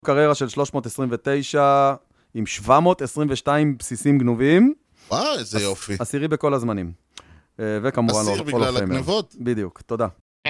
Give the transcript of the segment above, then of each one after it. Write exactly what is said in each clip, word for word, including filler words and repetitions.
קריירה של שלוש מאות עשרים ותשע עם שבע מאות עשרים ושתיים בסיסים גנובים. וואו, איזה יופי. עשירי בכל הזמנים. וכמובן עשיר בגלל הגנבות. בדיוק, תודה.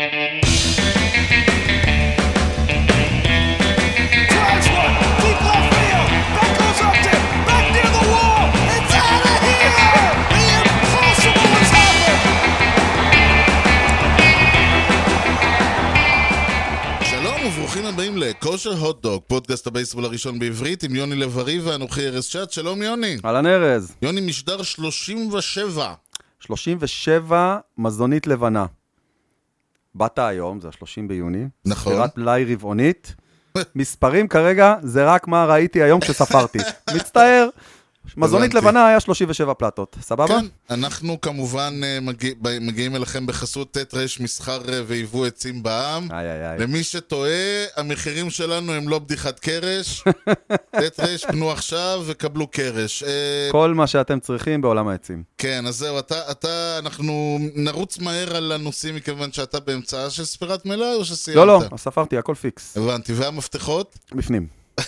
וברוכים הבאים לכושר הוט דוג, פודקאסט הבייסבול הראשון בעברית עם יוני לב-ארי ואנוכי ארז שץ. שלום יוני. אהלן ארז. יוני, משדר שלושים ושבע. שלושים ושבע, מזונית לבנה. באת היום, זה ה-שלושים ביוני. נכון. ספירת ליי רבעונית. מספרים כרגע, זה רק מה ראיתי היום כשספרתי. מצטער. מזונית לבנה היה שלושים ושבע פלטות, סבבה? כן, אנחנו כמובן מגיע, מגיעים אליכם בחסות תטרש מסחר ויבוא עצים בעם. איי, איי, איי. למי שטועה, המחירים שלנו הם לא בדיחת קרש. תטרש, פנו עכשיו וקבלו קרש. כל מה שאתם צריכים בעולם העצים. כן, אז זהו, אתה, אתה, אנחנו נרוץ מהר על הנושאים מכיוון שאתה באמצעה של ספירת מלאה או שסיימת? לא, לא, ספרתי, הכל פיקס. הבנתי, והמפתחות? בפנים.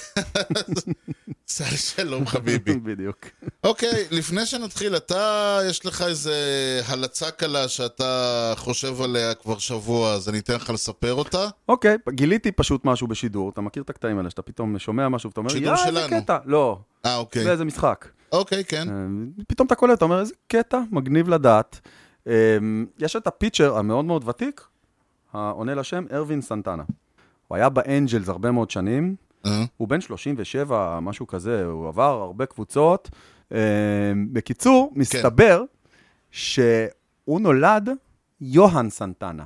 סל שלום חביבי. בדיוק. אוקיי, לפני שנתחיל, אתה, יש לך איזה הלצה קלה שאתה חושב עליה כבר שבוע, אז אני אתן לך לספר אותה. אוקיי, גיליתי פשוט משהו בשידור, אתה מכיר את הקטעים האלה, שאתה פתאום שומע משהו, ואתה אומר, שידור יא, איזה קטע. לא. אה, אוקיי. באיזה משחק. אוקיי, כן. פתאום אתה קולט, אתה אומר, איזה קטע, מגניב לדעת. יש את הפיצ'ר המאוד מאוד ותיק, העונה לשם, ארווין סנטנה. הוא היה באנג'לס הרבה מאוד שנים, הוא בן שלושים ושבע, משהו כזה, הוא עבר הרבה קבוצות. בקיצור, מסתבר שהוא נולד יוהן סנטנה.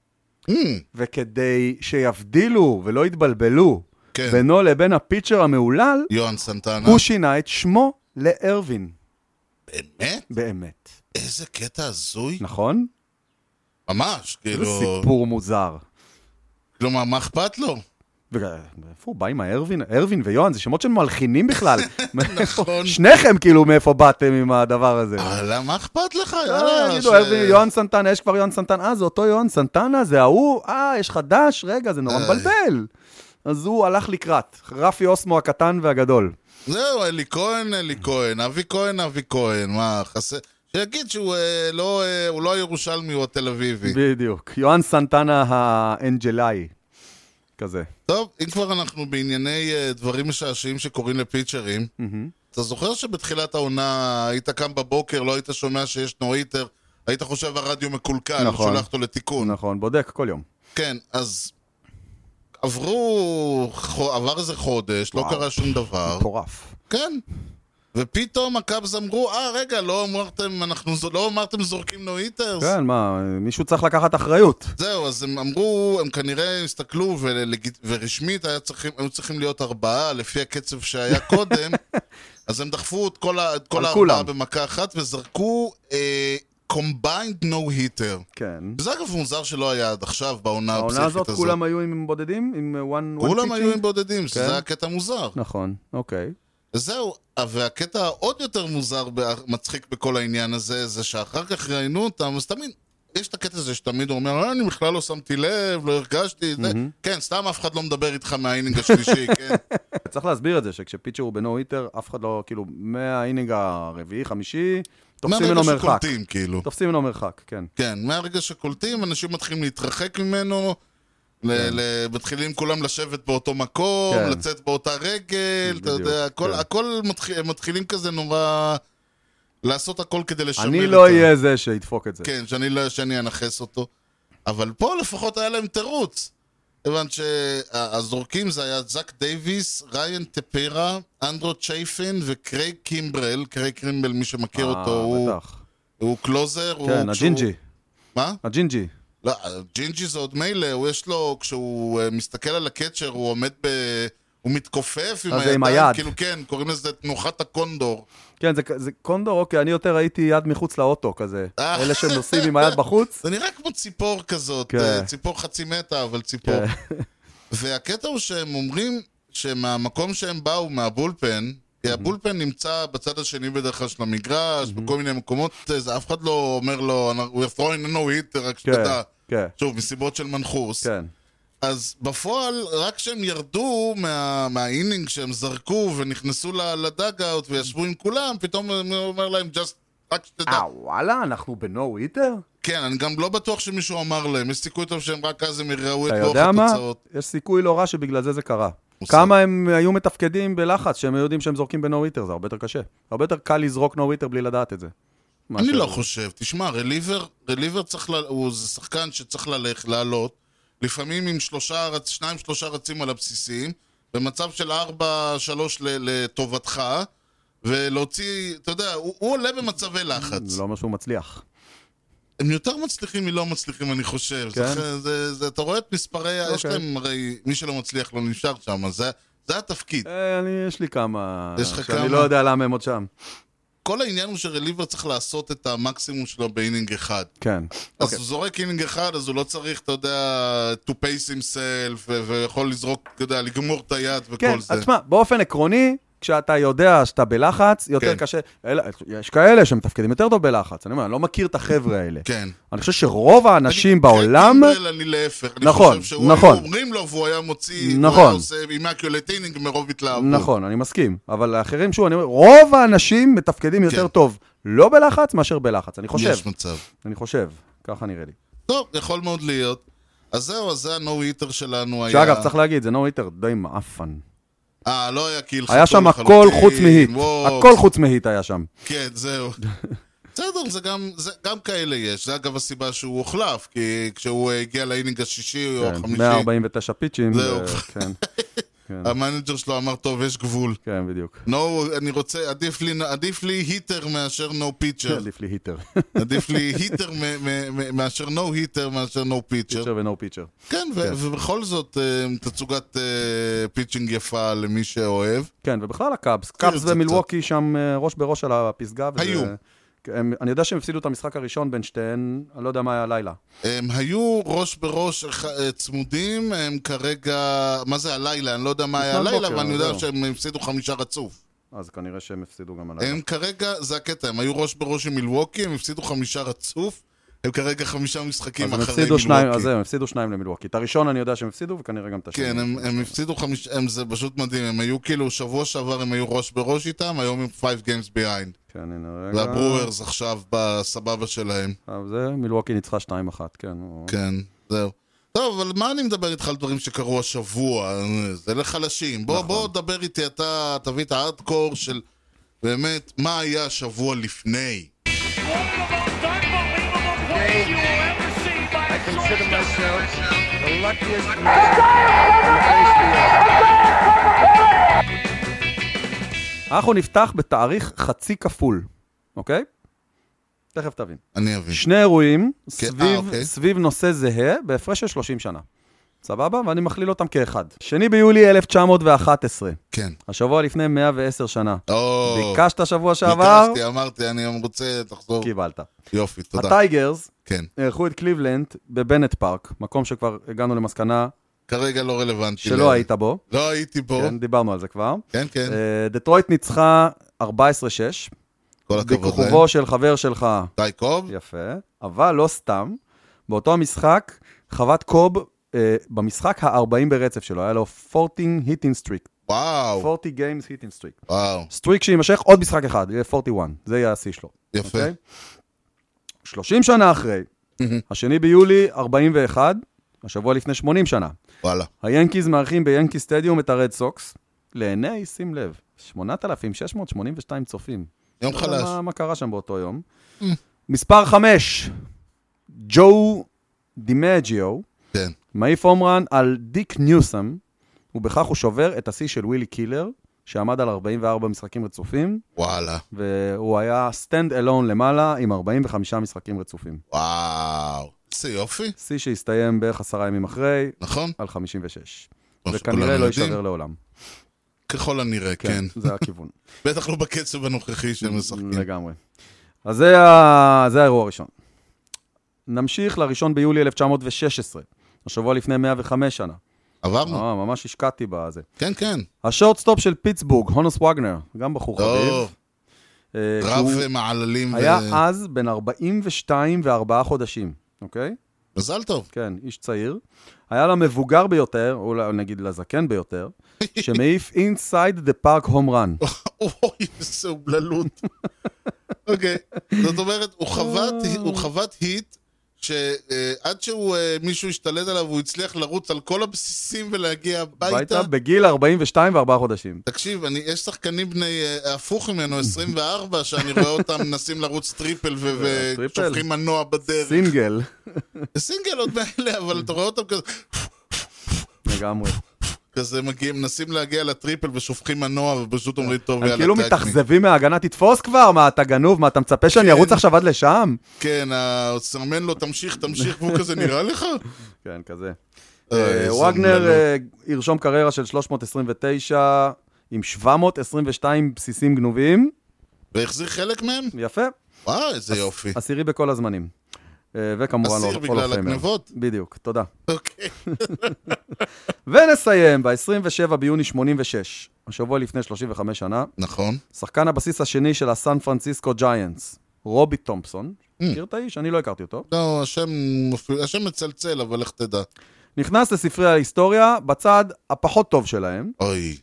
וכדי שיבדילו ולא יתבלבלו בינו לבין הפיצ'ר המעולל, יוהן סנטנה, הוא שינה את שמו לארווין. באמת? באמת. איזה קטע הזוי. נכון? ממש, כאילו... זה סיפור מוזר. כלומר, מה אכפת לו? איפה הוא בא עם הארווין? ארווין ויוהן, זה שמות של מלחינים בכלל. נכון. שניכם כאילו מאיפה באתם עם הדבר הזה. אבל מה אכפת לך? יגידו, יוהן סנטנה, יש כבר יוהן סנטנה, אה, זה אותו יוהן סנטנה, זה ההוא, אה, יש חדש, רגע, זה נורא מבלבל. אז הוא הלך לקראת, רפי אוסמו הקטן והגדול. זהו, אלי כהן, אלי כהן, אבי כהן, אבי כהן, מה, חסר... שיגיד שהוא לא, הוא לא הירושלמי, הוא התל אביבי. בדיוק, יוהן סנטנה האנג'לאי. כזה. טוב, אם כבר אנחנו בענייני דברים משעשעים שקוראים לפיצ'רים, אתה זוכר שבתחילת העונה היית קם בבוקר, לא היית שומע שיש נויטר, היית חושב הרדיו מקולקל, שולח אותו לתיקון. נכון, בודק כל יום. כן, אז עברו, עבר איזה חודש, לא קרה שום דבר. מטורף. כן. ופתאום הקאבס אמרו, אה, רגע, לא אמרתם, אנחנו לא אמרתם זורקים נויטרס. כן, מה, מישהו צריך לקחת אחריות. זהו, אז הם אמרו, הם כנראה הסתכלו, ורשמית היו צריכים, היו צריכים להיות ארבעה, לפי הקצב שהיה קודם, אז הם דחפו את כל, את כל הארבעה במכה אחת, וזרקו combined no hitter. כן. וזה אגב מוזר שלא היה עד עכשיו, בעונה הפסיכית הזאת. העונה הזאת כולם היו עם בודדים? עם one pitching? כולם היו עם בודדים, שזה היה קטע מוזר. נכון, אוקיי. וזהו, והקטע העוד יותר מוזר, מצחיק בכל העניין הזה, זה שאחר כך ראינו אותם, אז תמיד, יש את הקטע הזה שתמיד הוא אומר, אני בכלל לא שמתי לב, לא הרגשתי, זה, כן, סתם אף אחד לא מדבר איתך מהאינינג השלישי, כן. צריך להסביר את זה, שכשפיצ'ר הוא בנו היטר, אף אחד לא, כאילו, מהאינינג הרביעי, חמישי, תופסים ממנו מרחק. מהרגע שקולטים, כאילו. תופסים ממנו מרחק, כן. כן, מהרגע שקולטים, אנשים מתחילים להתרחק ממנו, מתחילים כולם לשבת באותו מקום, לצאת באותה רגל, אתה יודע, הכל מתחילים כזה נורא לעשות הכל כדי לשמר את זה. אני לא אהיה זה שידפוק את זה. כן, שאני אנחס אותו. אבל פה לפחות היה להם תירוץ. הבנת שהזורקים זה היה זק דייביס, ריין טפרה, אנדרו צ'ייפין וקרייג קימברל. קרייג קימברל, מי שמכיר אותו, הוא קלוזר. כן, הג'ינג'י. מה? הג'ינג'י. לא, ג'ינג'י זה עוד מילא, הוא יש לו, כשהוא מסתכל על הקצ'ר, הוא עומד ב... הוא מתכופף עם הידיים, היד. כאילו כן, קוראים לזה תנוחת הקונדור. כן, זה, זה קונדור, אוקיי, אני יותר ראיתי יד מחוץ לאוטו כזה. אלה שנוסעים עם היד בחוץ. זה נראה כמו ציפור כזאת, כן. ציפור חצי מטה, אבל ציפור. כן. והקטע הוא שהם אומרים שמהמקום שהם באו, מהבולפן, כי הבולפן נמצא בצד השני בדרך כלל של המגרש, בכל מיני מקומות, אף אחד לא אומר לו, we're throwing no hit, רק שתדע. שוב, מסיבות של מנחוס. אז בפועל, רק כשהם ירדו מה, מהאינינג שהם זרקו ונכנסו לדאג-אאוט וישבו עם כולם, פתאום הוא אומר להם, just, רק שתדע. אה, וואלה, אנחנו בנו היטר? כן, אני גם לא בטוח שמישהו אמר להם, יש סיכוי טוב שהם רק אז הם יראו את אתה לוח יודע מה? התוצאות. יש סיכוי לא רע שבגלל זה זה קרה. מוסר. כמה הם היו מתפקדים בלחץ, שהם יודעים שהם זורקים בנו היטר, זה הרבה יותר קשה. הרבה יותר קל לזרוק נו היטר בלי לדעת את זה. אני מאשר- לא חושב, תשמע, רליבר, רליבר צריך, ל... הוא זה שחקן שצריך ללכת, לעלות, לפעמים עם שלושה, רצ... שניים שלושה רצים על הבסיסים, במצב של ארבע שלוש לטובתך, ולהוציא, אתה יודע, הוא, הוא עולה במצבי לחץ. זה לא אומר שהוא מצליח. הם יותר מצליחים מלא מצליחים, אני חושב. כן. זה, זה, זה, אתה רואה את מספרי, אוקיי. יש להם, הרי מי שלא מצליח לא נשאר שם, אז זה, זה התפקיד. אה, אני, יש לי כמה... יש לך שאני כמה? לא יודע למה הם עוד שם. כל העניין הוא שרליבר צריך לעשות את המקסימום שלו באינינג אחד. כן. אז אוקיי. הוא זורק אינינג אחד, אז הוא לא צריך, אתה יודע, to pace himself, ו- ויכול לזרוק, אתה יודע, לגמור את היד וכל כן, זה. אז תשמע, באופן עקרוני, כשאתה יודע שאתה בלחץ, יותר כן. קשה. אלה, יש כאלה שמתפקדים יותר טוב בלחץ. אני אומר, אני לא מכיר את החבר'ה האלה. כן. אני חושב שרוב האנשים בעולם... קריק אני להפך. נכון, אני חושב שהוא נכון. היו אומרים לו, והוא היה מוציא, נכון. הוא היה עושה אימקיולט אינינג מרוב התלהבות. נכון, אני מסכים. אבל האחרים, שוב, אני אומר, רוב האנשים מתפקדים יותר כן. טוב לא בלחץ מאשר בלחץ. אני חושב. יש מצב. אני חושב. ככה נראה לי. טוב, יכול מאוד להיות. אז זהו, אז זה הנו היטר שלנו היה... שאגב, צריך להגיד, זה נו היטר די מאפן. אה, לא היה קיל היה שם הכל חוץ מהיט. הכל חוץ מהיט היה שם. כן, זהו. בסדר, זה גם, זה, גם כאלה יש. זה אגב הסיבה שהוא הוחלף, כי כשהוא הגיע לאינינג השישי או החמישי, מאה ארבעים ותשע פיצ'ים. זהו. כן, כן, המנג'ר שלו אמר, טוב, יש גבול. כן, בדיוק. No, אני רוצה, עדיף לי, עדיף לי היטר מאשר no pitcher. עדיף לי היטר. עדיף לי היטר מאשר no היטר מאשר no pitcher. פיצ'ר ונו פיצ'ר. כן, ו- ובכל זאת, אה, תצוגת פיצ'ינג יפה למי שאוהב. כן, ובכלל הקאבס. קאבס זה ומילווקי שם אה, ראש בראש על הפסגה. וזה- היו. הם- אני יודע שהם הפסידו את המשחק הראשון בין שתיהן, אני לא יודע מה היה הלילה. הם היו ראש בראש אה, צמודים, הם כרגע, מה זה הלילה? אני לא יודע מה היה לפנות הלילה, בוקר, אבל אני יודע זהו. שהם הפסידו חמישה רצוף. אז כנראה שהם הפסידו גם הלילה. הם כרגע, זה הקטע, הם היו ראש בראש עם מילווקי, הם הפסידו חמישה רצוף, הם כרגע חמישה משחקים אז הם אחרי הפסידו שניים, אז מילווקי. זהו, הם הפסידו שניים למילווקי. את הראשון אני יודע שהם הפסידו, וכנראה גם את השני. כן, הם, הם הפסידו חמישה, הם, זה פשוט מדהים, הם היו כאילו, שבוע שעבר הם היו ראש בראש איתם, היום הם five games behind. כן, הנה רגע. והברוארס עכשיו בסבבה שלהם. אבל זה, מילווקי ניצחה שתיים אחת, כן. הוא- כן, זהו. טוב, אבל מה אני מדבר איתך על דברים שקרו השבוע? זה לחלשים. בוא, נכון. בוא דבר איתי, אתה תביא את הארדקור של באמת, מה היה השבוע לפני? One of the most unbelievable plays you will ever see by a consider shortstop. myself the luckiest man on the face of the earth. אנחנו נפתח בתאריך חצי כפול, אוקיי? תכף תבין. אני אבין. שני אירועים אה, סביב, אוקיי. סביב נושא זהה בהפרש של שלושים שנה. סבבה? ואני מכליל אותם כאחד. שני ביולי אלף תשע מאות ואחת עשרה. כן. השבוע לפני מאה ועשר שנה. או, ביקשת שבוע שעבר? ביקשתי, אמרתי, אני רוצה, תחזור. קיבלת. יופי, תודה. הטייגרס כן. ערכו את קליבלנד בבנט פארק, מקום שכבר הגענו למסקנה כרגע לא רלוונטי. שלא היית בו. לא הייתי בו. כן, דיברנו על זה כבר. כן, כן. אה, דטרויט ניצחה ארבע עשרה שש. כל הכבוד להם. בכוכבו של חבר שלך. די קוב? יפה. אבל לא סתם. באותו המשחק, חוות קוב, אה, במשחק ה-ארבעים ברצף שלו, היה לו ארבעים היטינג סטריק. וואו. ארבעים גיימס היטינג סטריק. וואו. סטריק שימשך עוד משחק אחד, יהיה ארבעים ואחת. זה יהיה השיא שלו. יפה. אוקיי? שלושים שנה אחרי, השני ביולי ארבעים ואחת, השבוע לפני שמונים שנה. וואלה. היאנקיז מארחים ביאנקי סטדיום את הרד סוקס, לעיני, שים לב, שמונת אלפים שש מאות שמונים ושתיים צופים. יום לא יודע חלש. מה, מה קרה שם באותו יום. מספר חמש, ג'ו דימג'יו, כן. מעיף הומרן על דיק ניוסם, ובכך הוא שובר את השיא של ווילי קילר, שעמד על ארבעים וארבעה משחקים רצופים, וואלה. והוא היה סטנד אלון למעלה עם ארבעים וחמישה משחקים רצופים. וואו. זה יופי. שיא שהסתיים בערך עשרה ימים אחרי, נכון? על חמישים ושש. כמו וכנראה שכולם לא יודעים. יישבר לעולם. ככל הנראה, כן. זה הכיוון. בטח לא בקצב הנוכחי שהם משחקים. לגמרי. אז זה ה- זה האירוע הראשון. נמשיך לראשון ביולי אלף תשע מאות ושש עשרה, השבוע לפני מאה וחמש שנה. עברנו? אה, ממש השקעתי בזה. כן, כן. השורטסטופ של פיטסבורג, הונוס וגנר, גם בחור או, חביב. אה, רב שהוא מעללים. ו- היה אז בין ארבעים ושתיים וארבעה חודשים, אוקיי? מזל טוב. כן, איש צעיר. היה למבוגר ביותר, או נגיד לזקן ביותר, שמעיף inside the park home run. אוי, איזה אומללות. אוקיי, זאת אומרת, הוא חוות, הוא חוות היט, שעד שהוא, מישהו השתלט עליו, הוא הצליח לרוץ על כל הבסיסים ולהגיע הביתה. הביתה בגיל ארבעים ושתיים וארבעה חודשים. תקשיב, אני, יש שחקנים בני הפוך ממנו, עשרים וארבע, שאני רואה אותם מנסים לרוץ טריפל ושופכים מנוע בדרך. סינגל. סינגל עוד מאלה, אבל אתה רואה אותם כזה... לגמרי. כזה מגיעים, מנסים להגיע לטריפל ושופכים מנוע ופשוט אומרים טוב, הם כאילו מתאכזבים מההגנה, תתפוס כבר, מה אתה גנוב, מה אתה מצפה שאני ארוץ עכשיו עד לשם? כן, הסרמן לו תמשיך, תמשיך, והוא כזה נראה לך? כן, כזה. וגנר ירשום קריירה של שלוש מאות עשרים ותשע עם שבע מאות עשרים ושתיים בסיסים גנובים. והחזיר חלק מהם? יפה. וואו, איזה יופי. עשירי בכל הזמנים. וכמובן אסיר בגלל הגנבות? בדיוק, תודה. אוקיי. ונסיים ב-עשרים ושבעה ביוני שמונים ושש, השבוע לפני שלושים וחמש שנה. נכון. שחקן הבסיס השני של הסן פרנסיסקו ג'יינטס, רובי תומפסון. מכיר את האיש? אני לא הכרתי אותו. לא, השם, השם מצלצל, אבל איך תדע. נכנס לספרי ההיסטוריה בצד הפחות טוב שלהם. אוי.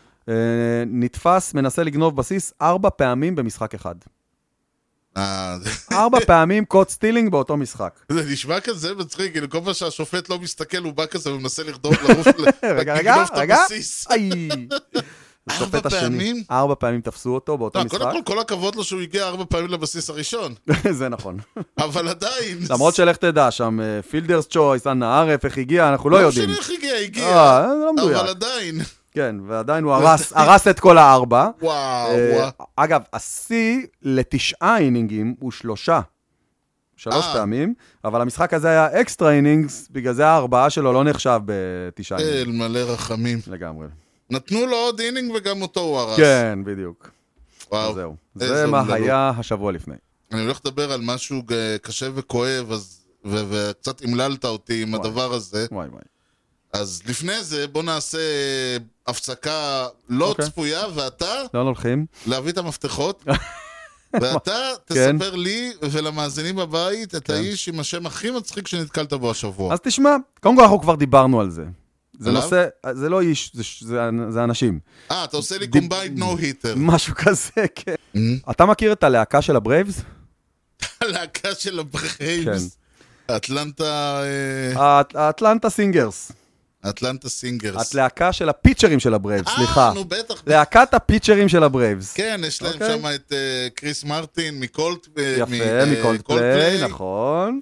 נתפס, מנסה לגנוב בסיס ארבע פעמים במשחק אחד. אה... ארבע פעמים קוד סטילינג באותו משחק. זה נשמע כזה מצחיק, כאילו כל פעם שהשופט לא מסתכל, הוא בא כזה ומנסה לרדוף לרוף, רגע, רגע, רגע, איי. ארבע פעמים? ארבע פעמים תפסו אותו באותו משחק. קודם כל, כל הכבוד לו שהוא הגיע ארבע פעמים לבסיס הראשון. זה נכון. אבל עדיין... למרות שלך תדע, שם פילדרס צ'ויס, אנה ערף, איך הגיע, אנחנו לא יודעים. לא משנה איך הגיע, הגיע. אבל עדיין... כן, ועדיין הוא הרס את כל הארבע. וואו, וואו. אגב, השיא לתשעה אינינגים הוא שלושה. שלוש פעמים, אבל המשחק הזה היה אקסטרה אינינגס, בגלל זה הארבעה שלו לא נחשב בתשעה אינינגס. אל מלא רחמים. לגמרי. נתנו לו עוד אינינג וגם אותו הוא הרס. כן, בדיוק. וואו. זהו. זה מה היה השבוע לפני. אני הולך לדבר על משהו קשה וכואב, וקצת המללת אותי עם הדבר הזה. וואי וואי. אז לפני זה בוא נעשה הפסקה לא okay. צפויה, ואתה... לא הולכים. להביא את המפתחות. ואתה תספר לי ולמאזינים בבית את האיש עם השם הכי מצחיק שנתקלת בו השבוע. אז תשמע, קודם כל אנחנו כבר דיברנו על זה. זה נושא, זה לא איש, זה, זה, זה אנשים. אה, אתה עושה לי קומביינד נו היטר. משהו כזה, כן. אתה מכיר את הלהקה של הברייבס? הלהקה של הברייבס? האטלנטה... האטלנטה סינגרס. אטלנטה סינגרס. את להקה של הפיצ'רים של הברייבס, סליחה. אה, נו בטח. להקת הפיצ'רים של הברייבס. כן, יש להם שם את קריס מרטין מקולט... יפה, מקולט פליי, נכון.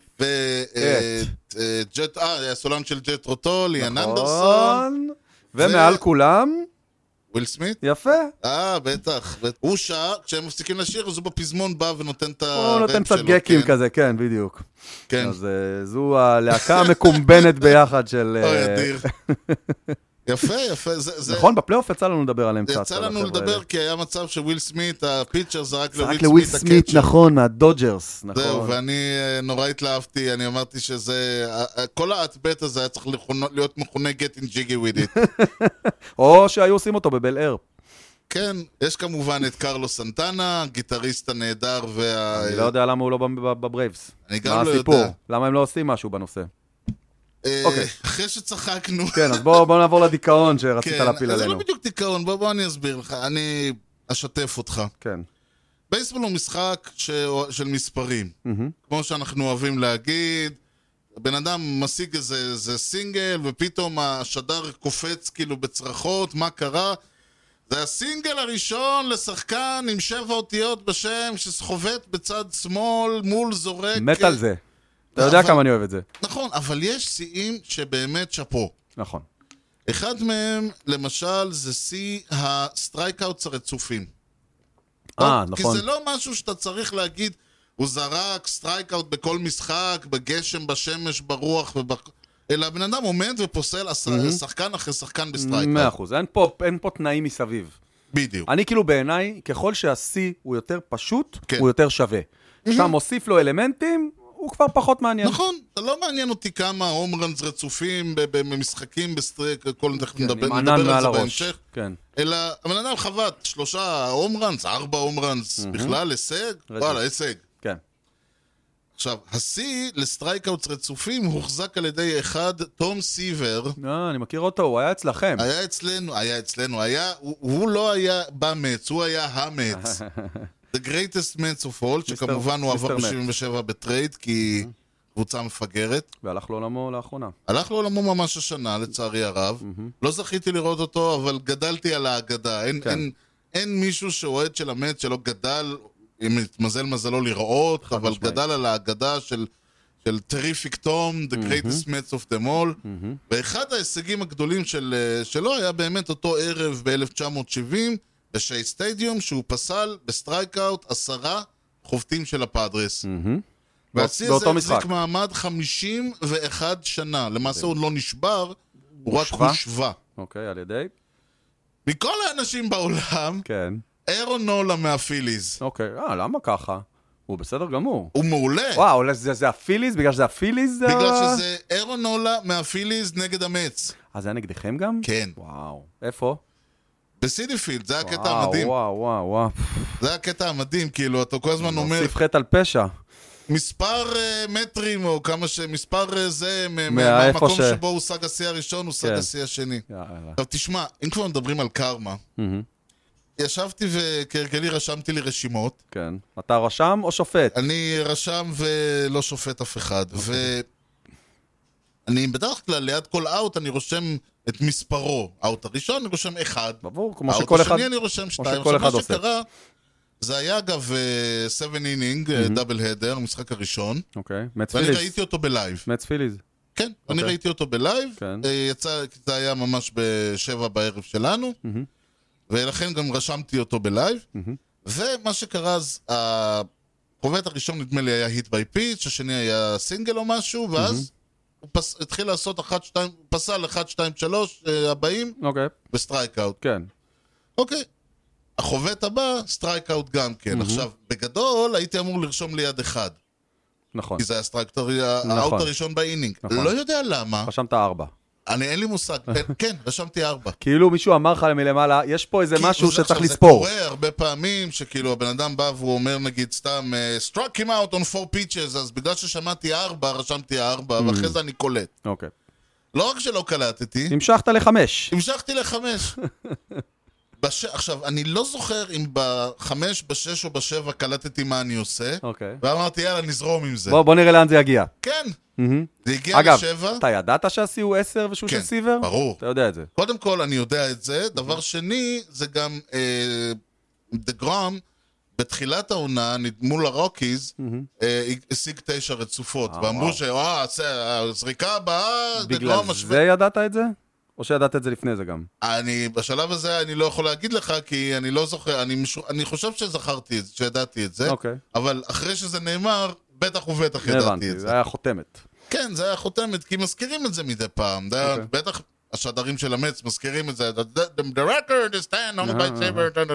ואת ג'ט, אה, הסולן של ג'ט רוטו, ליאן אנדרסון. ומעל כולם... וויל סמית? יפה. אה, בטח. הוא שעה, כשהם מפסיקים לשיר, אז הוא בפזמון בא ונותן את הרב שלו. הוא נותן קצת גקים כזה, כן, בדיוק. כן. אז זו הלהקה המקומבנת ביחד של... אוי, אדיר. יפה, יפה. נכון, בפלייאוף יצא לנו לדבר עליהם קצת. יצא לנו לדבר כי היה מצב שוויל סמית, הפיצ'ר זרק לוויל סמית, נכון, מהדודג'רס. זהו, ואני נורא התלהבתי, אני אמרתי שזה... כל האטבט הזה היה צריך להיות מכונה getting jiggy with it. או שהיו עושים אותו בבל אר. כן, יש כמובן את קרלוס סנטנה, גיטריסט הנהדר וה... אני לא יודע למה הוא לא בברייבס. אני גם לא יודע. למה הם לא עושים משהו בנושא? אחרי שצחקנו. כן, אז בואו נעבור לדיכאון שרצית להפיל עלינו. זה לא בדיוק דיכאון, בואו אני אסביר לך. אני אשתף אותך. כן. בייסבול הוא משחק של מספרים. כמו שאנחנו אוהבים להגיד, בן אדם משיג איזה סינגל, ופתאום השדר קופץ כאילו בצרחות, מה קרה? זה הסינגל הראשון לשחקן עם שבע אותיות בשם, שחובט בצד שמאל, מול זורק... מת על זה. אתה יודע כמה אני אוהב את זה. נכון, אבל יש שיאים שבאמת שפו. נכון. אחד מהם, למשל, זה שיא הסטרייקאוטס הרצופים. אה, נכון. כי זה לא משהו שאתה צריך להגיד, הוא זרק סטרייקאוט בכל משחק, בגשם, בשמש, ברוח, ובק... אלא הבן אדם עומד ופוסל שחקן אחרי שחקן בסטרייקאוט. מאה אחוז, אין פה תנאים מסביב. בדיוק. אני כאילו בעיניי, ככל שהשיא הוא יותר פשוט, הוא יותר שווה. כשאתה מוסיף לו אלמנטים, הוא כבר פחות מעניין. נכון, זה לא מעניין אותי כמה הומרנס רצופים במשחקים, בסטריק, כל נדבר על זה בהמשך. אלא, הבן אדם חוות שלושה הומרנס, ארבע הומרנס, בכלל הישג? וואלה, הישג. כן. עכשיו, השיא לסטרייקאוטס רצופים הוחזק על ידי אחד, תום סיבר. אה, אני מכיר אותו, הוא היה אצלכם. היה אצלנו, היה אצלנו, היה, הוא, הוא לא היה במץ, הוא היה המץ. The greatest Mets of all, שכמובן הוא עבר ב-שבעים ושבע בטרייד, כי קבוצה מפגרת. והלך לעולמו לאחרונה. הלך לעולמו ממש השנה, לצערי הרב. לא זכיתי לראות אותו, אבל גדלתי על האגדה. אין, אין, אין מישהו שאוהד של המץ שלא גדל, אם התמזל מזלו לראות, אבל משמעית. גדל על האגדה של, של טריפיק תום, The greatest Mets of them all. ואחד ההישגים הגדולים של, שלו היה באמת אותו ערב ב-אלף תשע מאות שבעים, בשי סטדיום, שהוא פסל בסטרייקאוט עשרה חובטים של הפאדרס. והשיא הזה החזיק מעמד חמישים ואחת שנה. למעשה הוא לא נשבר, הוא רק הושווה. אוקיי, על ידי? מכל האנשים בעולם, כן. אירון נולה מהפיליז. אוקיי, אה, למה ככה? הוא בסדר גמור. הוא מעולה. וואו, זה, זה הפיליז? בגלל שזה הפיליז? בגלל שזה אירון נולה מהפיליז נגד המץ. אז זה היה נגדכם גם? כן. וואו. איפה? בסיטיפילד, זה הקטע המדהים. וואו, וואו, וואו. זה הקטע המדהים, כאילו, אתה כל הזמן אומר... נוסיף חטא על פשע. מספר uh, מטרים, או כמה ש... מספר uh, זה, מהמקום ש... שבו הוא סג השיא הראשון, הוא סג השיא השני. עכשיו, תשמע, אם כבר מדברים על קרמה, ישבתי וכהרגלי רשמתי לי רשימות. כן. אתה רשם או שופט? אני רשם ולא שופט אף אחד. ואני בדרך כלל ליד כל אאוט אני רושם את מספרו. האוט הראשון אני רושם אחד. ברור, כמו שכל אחד... האוט השני אני רושם שתיים. עכשיו מה שקרה, זה היה אגב סבן אינינג, דאבל הדר, המשחק הראשון. אוקיי. מצ פיליז. ואני ראיתי אותו בלייב. מצ פיליז. כן, אני ראיתי אותו בלייב. יצא, זה היה ממש בשבע בערב שלנו. ולכן גם רשמתי אותו בלייב. ומה שקרה, אז החובט הראשון נדמה לי היה היט ביי פיץ', השני היה סינגל או משהו, ואז הוא פס, התחיל לעשות אחת, שתיים, פסל אחת, שתיים, שלוש הבאים, אוקיי. בסטרייקאוט. כן. אוקיי. החובט הבא, סטרייקאוט גם כן. עכשיו, בגדול הייתי אמור לרשום ליד אחד. נכון. כי זה היה סטרייקאוט, האוט הראשון באינינג. לא יודע למה. רשמת ארבע. אני אין לי מושג, כן, רשמתי ארבע. כאילו מישהו אמר לך מלמעלה, יש פה איזה משהו שצריך לספור. זה קורה הרבה פעמים, שכאילו הבן אדם בא והוא אומר נגיד סתם, struck him out on four pitches, אז בגלל ששמעתי ארבע, רשמתי ארבע, ואחרי זה אני קולט. אוקיי. לא רק שלא קלטתי. המשכת לחמש. המשכתי לחמש. בש... עכשיו, אני לא זוכר אם בחמש, בשש או בשבע קלטתי מה אני עושה, אוקיי. ואמרתי, יאללה, נזרום עם זה. בוא, בוא נראה לאן זה יגיע. כן. Mm-hmm. זה הגיע אגב, לשבע. אגב, אתה ידעת שהשיא הוא עשר ושהוא כן, של סיבר? ברור. אתה יודע את זה. קודם כל, אני יודע את זה. דבר שני, זה גם דה גרם, בתחילת העונה, מול הרוקיז, השיג תשע רצופות. ואמרו שהזריקה הבאה, דה גרם משווה. בגלל זה ידעת את זה? או שידעת את זה לפני זה גם? אני, בשלב הזה אני לא יכול להגיד לך, כי אני לא זוכר, אני, מש... אני חושב שזכרתי את זה, שידעתי את זה, אוקיי. אבל אחרי שזה נאמר, בטח ובטח ידעתי הבנתי, את זה. זה היה חותמת. כן, זה היה חותמת, כי מזכירים את זה מדי פעם. אוקיי. זה, בטח השדרים של המץ מזכירים את זה. The, the record is ten on the by saber.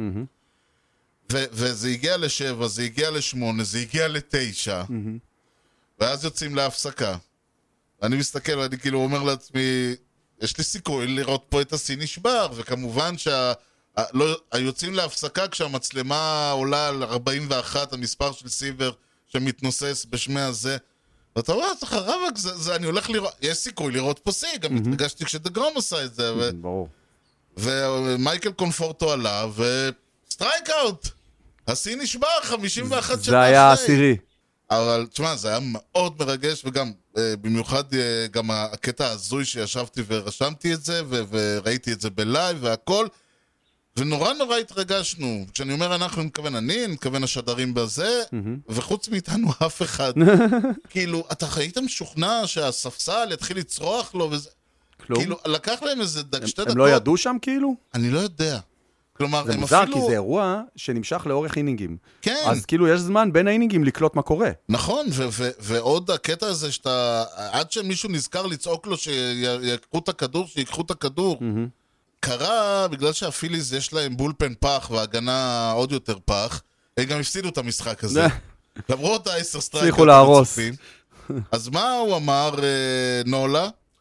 ו- וזה הגיע לשבע, זה הגיע לשמונה, זה הגיע לתשע, ואז יוצאים להפסקה. אני מסתכל, ואני כאילו אומר לעצמי, יש לי סיכוי לראות פה את השיא נשבר, וכמובן שהיוצאים להפסקה כשהמצלמה עולה על ארבעים ואחת, המספר של סיבר שמתנוסס בשמי הזה, ואתה רואה, אתה חרבק, זה, זה, אני הולך לראות, יש סיכוי לראות פה שיא, גם התרגשתי כשדגרום עשה את זה, ו... ברור. ומייקל קונפורטו עלה, וסטרייקאוט! השיא נשבר, חמישים ואחת שנה. זה היה עשירי. אבל, תשמע, זה היה מאוד מרגש, וגם, במיוחד, גם הקטע הזוי שישבתי ורשמתי את זה, ו- וראיתי את זה בלייב והכל, ונורא נורא התרגשנו. כשאני אומר אנחנו, אני מתכוון אני, אני מתכוון השדרים בזה, וחוץ מאיתנו אף אחד. כאילו, אתה היית משוכנע שהספסל יתחיל לצרוח לו, וזה... כלום. כאילו, לקח להם איזה דק, שתי דקות. הם לא ידעו שם כאילו? אני לא יודע. כלומר, זה הם מוזר, אפילו... כי זה אירוע שנמשך לאורך אינינגים. כן. אז כאילו יש זמן בין האינינגים לקלוט מה קורה. נכון, ו- ו- ועוד הקטע הזה שאתה... עד שמישהו נזכר לצעוק לו שיקחו את הכדור, שיקחו את הכדור. Mm-hmm. קרה, בגלל שהפיליז יש להם בולפן פח והגנה עוד יותר פח, הם גם הפסידו את המשחק הזה. למרות העשר סטרייקות. הצליחו להרוס. אז מה הוא אמר, נולה?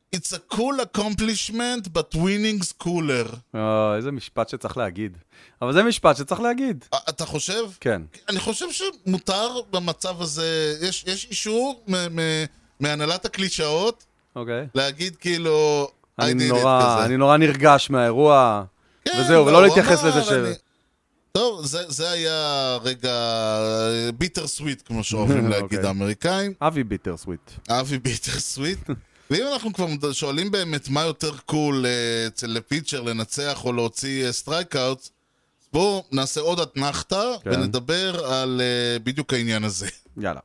It's a cool accomplishment, but winning's cooler. אה, איזה משפט שצריך להגיד. אבל זה משפט שצריך להגיד. אתה חושב? כן. אני חושב שמותר במצב הזה, יש, יש אישור מ- מ- מהנהלת הקלישאות, אוקיי. להגיד כאילו, I אני did it נורא, כזה. אני נורא נרגש מהאירוע, כן, וזהו, ולא הוא להתייחס אמר, לזה ש... אני- טוב, זה, זה היה רגע ביטר סוויט, כמו שאוהבים להגיד אוקיי. האמריקאים. אבי ביטר סוויט. אבי ביטר סוויט. ואם אנחנו כבר שואלים באמת מה יותר קול אה, אצל לפיצ'ר לנצח או להוציא סטרייקאוט, בואו נעשה עוד אתנחתה כן. ונדבר על אה, בדיוק העניין הזה. יאללה.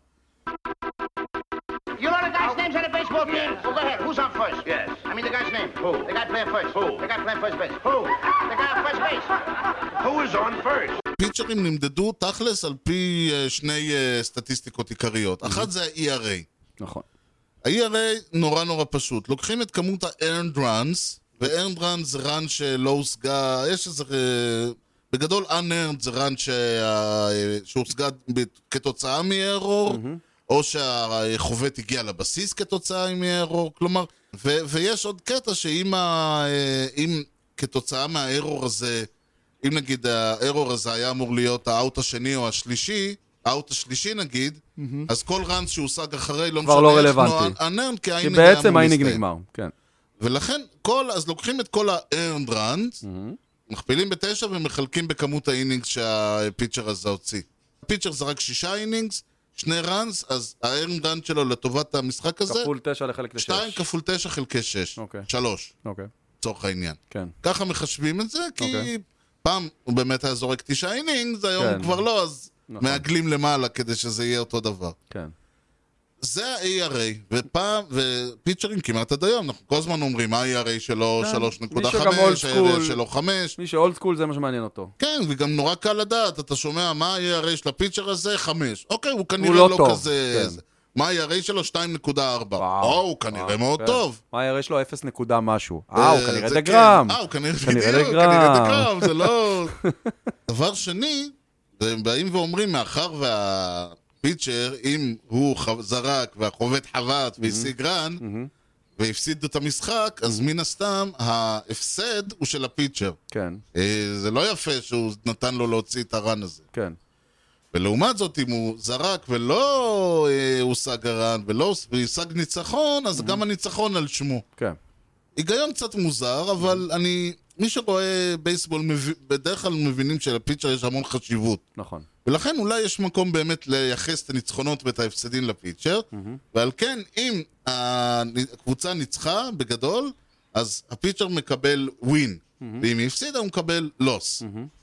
You know the guy's names on the baseball team? Well, go ahead. Who's on first? Yes. I mean the guy's name. Who? The guy playing first. Who? The guy playing first base. Who? The guy on first base. Who is on first? פיצ'רים נמדדו תכלס על פי אה, שני אה, סטטיסטיקות עיקריות. אחת זה ה-E R A. נכון. ה-E R A נורא נורא פשוט. לוקחים את כמות ה-earned runs, ו-earned runs זה run שלא הושגה, יש איזה... אה, בגדול unearned זה run שה... שהושגה כתוצאה מ-error, או שהחובט הגיע לבסיס כתוצאה מ-error, כלומר, ו- ויש עוד קטע שאם ה- אם כתוצאה מה-error הזה, אם נגיד ה-error הזה היה אמור להיות האוט השני או השלישי, האוט השלישי נגיד, אז כל רנס שהושג אחרי לא כבר לא משנה רלוונטי. איך unearned, כי כי האינינג היה בעצם אמור האינינג להסתיים. נגמר, כן. ולכן, כל, אז לוקחים את כל ה-earned runs, מכפילים בתשע ומחלקים בכמות האינינגס שהפיצ'ר הזה הוציא. הפיצ'ר זה רק שישה אינינגס, שני ראנס, אז ה-earned run שלו לטובת המשחק הזה, כפול תשע לחלק לשש. שתיים כפול תשע חלקי שש. אוקיי. שלוש, אוקיי, לצורך העניין. כן. ככה מחשבים את זה, כי אוקיי. פעם הוא באמת היה זורק תשעה אינינגס, היום כן. הוא כבר לא, אז נכון. מעגלים למעלה כדי שזה יהיה אותו דבר. כן. זה ה-E R A, ופעם, ופיצ'רים כמעט עד היום, אנחנו כל הזמן אומרים, ה-E R A שלו כן. שלוש נקודה מישהו גם חמש, old ה-E R A school. שלו חמש, מי שאולד סקול זה מה שמעניין אותו. כן, וגם נורא קל לדעת, אתה שומע מה ה-E R A של הפיצ'ר הזה? חמש. אוקיי, הוא כנראה לא לא טוב, כזה... כן. מה ה-E R A שלו? שתיים נקודה ארבע. וואו. או, הוא כנראה וואו, מאוד כן. טוב. מה הרי יש לו אפס נקודה משהו. אה, הוא כנראה זה דגרם. כן. אה, הוא כנראה כנראה בדיוק, דגרם. כנראה דגרם, זה לא... דבר שני, הם באים ואומרים, מאחר והפיצ'ר, אם הוא ח- זרק והחובט חבט והשיג רן, והפסיד את המשחק, אז מן הסתם, ההפסד הוא של הפיצ'ר. כן, אה, זה לא יפה שהוא נתן לו להוציא את הרן הזה. כן. ולעומת זאת, אם הוא זרק ולא אה, הושג הרן ולא הושג ניצחון, אז גם הניצחון על שמו. כן. היגיון קצת מוזר, אבל אני... מי שרואה בייסבול, מב- בדרך כלל מבינים שלפיצ'ר יש המון חשיבות. נכון. ולכן אולי יש מקום באמת לייחס את הניצחונות ואת ההפסדים לפיצ'ר, ועל כן, אם הקבוצה ניצחה בגדול, אז הפיצ'ר מקבל ווין, ואם היא הפסידה הוא מקבל לוס.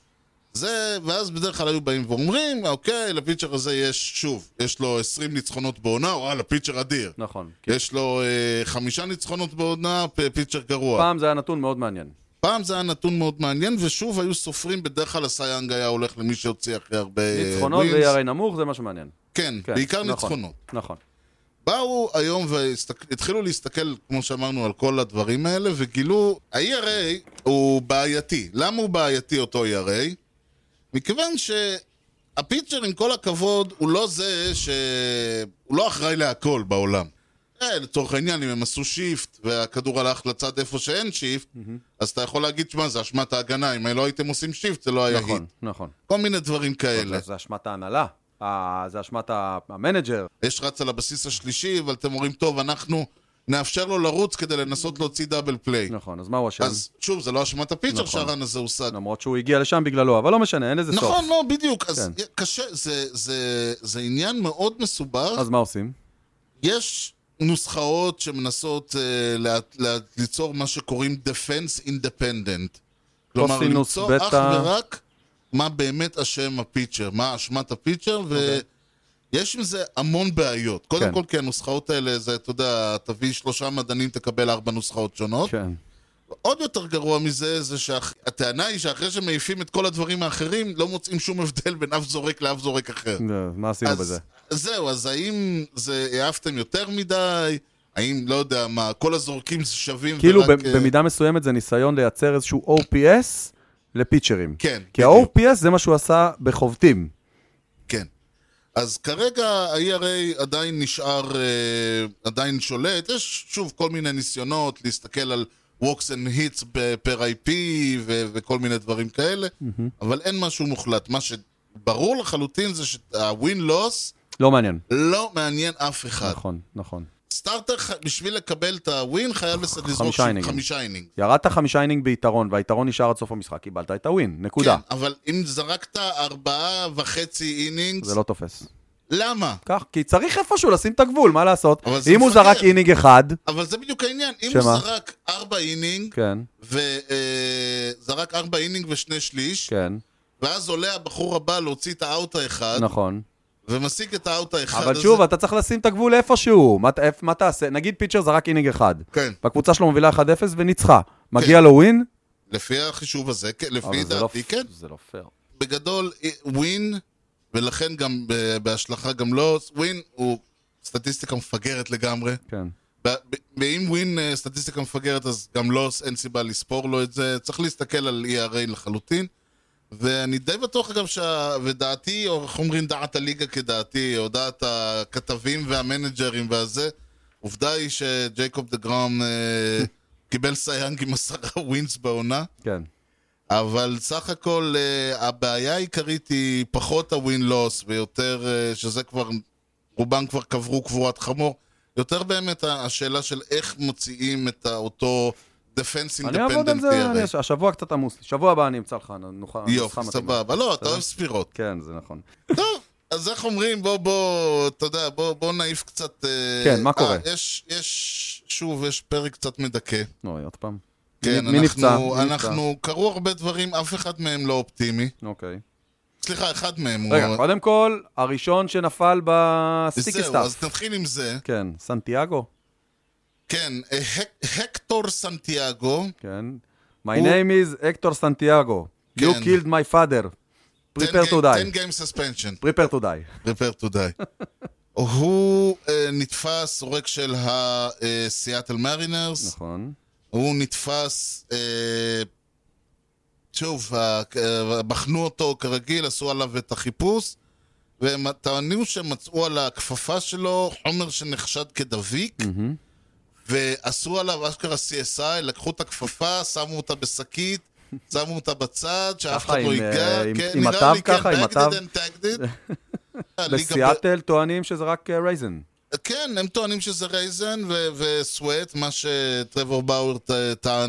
זה, ואז בדרך כלל היו באים ואומרים, אוקיי, לפיצ'ר הזה יש, שוב, יש לו עשרים ניצחונות בעונה, וואלה, לפיצ'ר אדיר. נכון. יש לו אה, חמישה ניצחונות בעונה, פ- פיצ'ר גרוע. פעם זה היה נתון מאוד מעניין. פעם זה היה נתון מאוד מעניין, ושוב היו סופרים, בדרך כלל הסייאנג היה הולך למי שהוציא אחרי הרבה ניצחונות ווינס. ויהיה הרי נמוך, זה מה שמעניין. כן, כן, בעיקר נכון, ניצחונות. נכון. באו היום והתחילו להסתכל, כמו שאמרנו, על כל הדברים האלה, וגילו, ה-E R A הוא בעייתי. למה הוא בעייתי אותו E R A? מכיוון שהפיצ'ר, עם כל הכבוד, הוא לא זה ש... הוא לא אחראי להכל בעולם. אה, לצורך העניין, אם הם עשו שיפט, והכדור הלך לצד איפה שאין שיפט, אז אתה יכול להגיד, שמה, זה אשמת ההגנה, אם לא הייתם עושים שיפט, זה לא היה היט. נכון, נכון. כל מיני דברים כאלה. זה אשמת ההנהלה. אה, זה אשמת המנג'ר. יש רץ על הבסיס השלישי, אבל אתם אומרים, טוב, אנחנו נאפשר לו לרוץ כדי לנסות להוציא דאבל פליי. נכון, אז מה הוא השם? אז שוב, זה לא אשמת הפיצ'ר נכון. שהרן הזה הושג. למרות שהוא הגיע לשם בגללו, אבל לא משנה, אין לזה סוף. נכון, לא, בדיוק. אז כן. קשה, זה, זה, זה עניין מאוד מסובך. אז מה עושים? יש נוסחאות שמנסות uh, לה, לה, ליצור מה שקוראים Defense Independent. כלומר, קוסינוס, למצוא אך בטא. ורק מה באמת אשם הפיצ'ר, מה אשמת הפיצ'ר, ויש עם זה המון בעיות. קודם כן. כל, כי הנוסחאות האלה, זה, אתה יודע, תביא שלושה מדענים, תקבל ארבע נוסחאות שונות. כן. עוד יותר גרוע מזה, זה שהטענה היא שאחרי שמעיפים את כל הדברים האחרים, לא מוצאים שום הבדל בין אף זורק לאף זורק אחר. זה, מה עשינו אז בזה? זהו, אז האם זה העפתם יותר מדי? האם, לא יודע מה, כל הזורקים שווים כאילו ורק... ב- במידה מסוימת זה ניסיון לייצר איזשהו O P S לפיצ'רים. כן, כי בדיוק. ה-O P S זה מה שהוא עשה בחובטים. כן. אז כרגע ה-E R A עדיין נשאר, עדיין שולט. יש שוב כל מיני ניסיונות להסתכל על walks and hits פר איי פי ו- וכל מיני דברים כאלה, mm-hmm. אבל אין משהו מוחלט. מה שברור לחלוטין זה שה-win-loss לא מעניין. לא מעניין אף אחד. נכון, נכון. סטארטר בשביל לקבל את הווין חייב לזרוק חמישה אינינג. חמישה אינינג. ירדת חמישה אינינג ביתרון, והיתרון נשאר עד סוף המשחק, קיבלת את הווין, נקודה. כן, אבל אם זרקת ארבעה וחצי אינינג... זה לא תופס. למה? כך, כי צריך איפשהו לשים את הגבול, מה לעשות? אם הוא מפגר. זרק אינינג אחד... אבל זה בדיוק העניין. אם שמה? הוא זרק ארבע אינינג, כן. וזרק ארבע אינינג ושני שליש, כן. ואז עולה הבחור הבא להוציא את האוט האחד, נכון. ומסיק את האוט האחד. אבל שוב, אתה צריך לשים את הגבול איפשהו. מה, מה תעשה? נגיד פיצ'ר זרק אינינג אחד. כן. והקבוצה שלו מובילה אחד אפס וניצחה. מגיע לו ווין? לפי החישוב הזה, לפי דעתי, כן. זה לא פייר. בגדול, ווין, ולכן גם בהשלכה גם לא, ווין הוא סטטיסטיקה מפגרת לגמרי. כן. ואם ווין סטטיסטיקה מפגרת, אז גם לא, אין סיבה לספור לו את זה. צריך להסתכל על E R A לחלוטין. ואני די בטוח אגב, שה... ודעתי, או איך אומרים דעת הליגה כדעתי, או דעת הכתבים והמנג'רים והזה, עובדה היא שג'ייקוב דה גראם אה, קיבל סייאנג עם עשרה ווינס בעונה. כן. אבל סך הכל אה, הבעיה העיקרית היא פחות הווין לוס, ויותר אה, שזה כבר, רובם כבר קברו קבורת חמור, יותר באמת השאלה של איך מוציאים את אותו... דפנס אינדפנדנט. אני אעבוד על זה, אני, השבוע קצת עמוס. שבוע הבא אני אמצא לך, נוכל... יופי, סבבה. לא, אתה אוהב ספירות. כן, זה נכון. טוב, אז איך אומרים, בוא, בוא, אתה יודע, בוא, בוא נעיף קצת... כן, מה קורה? יש, יש, שוב, יש פרק קצת מדכא. אוי, עוד פעם. כן, מי נפצע? אנחנו, קראו הרבה דברים, אף אחד מהם לא אופטימי. אוקיי. סליחה, אחד מהם. רגע, קודם כל, הראשון שנפל בסטיקי סטאפ. זהו, אז נתחיל עם זה. כן, סנטיאגו. כן, הקטור סנטיאגו. כן. My name is Hector Santiago. You killed my father. Prepare to die. ten game suspension. Prepare to die. Prepare to die. הוא נתפס עורק של הסיאטל מרינרס. נכון. הוא נתפס, שוב, בחנו אותו כרגיל, עשו עליו את החיפוש, והם טענו שמצאו על הכפפה שלו חומר שנחשד כדביק, ועשו עליו אשכרה סי אס איי, לקחו את הכפפה, שמו אותה בשקית, שמו אותה בצד, שאף אחד לא ייגע. עם הטב ככה, עם הטב. טאגדד. בסיאטל טוענים שזה רק רייזן. כן, הם טוענים שזה רייזן וסווייט, מה שטרוור באואר טען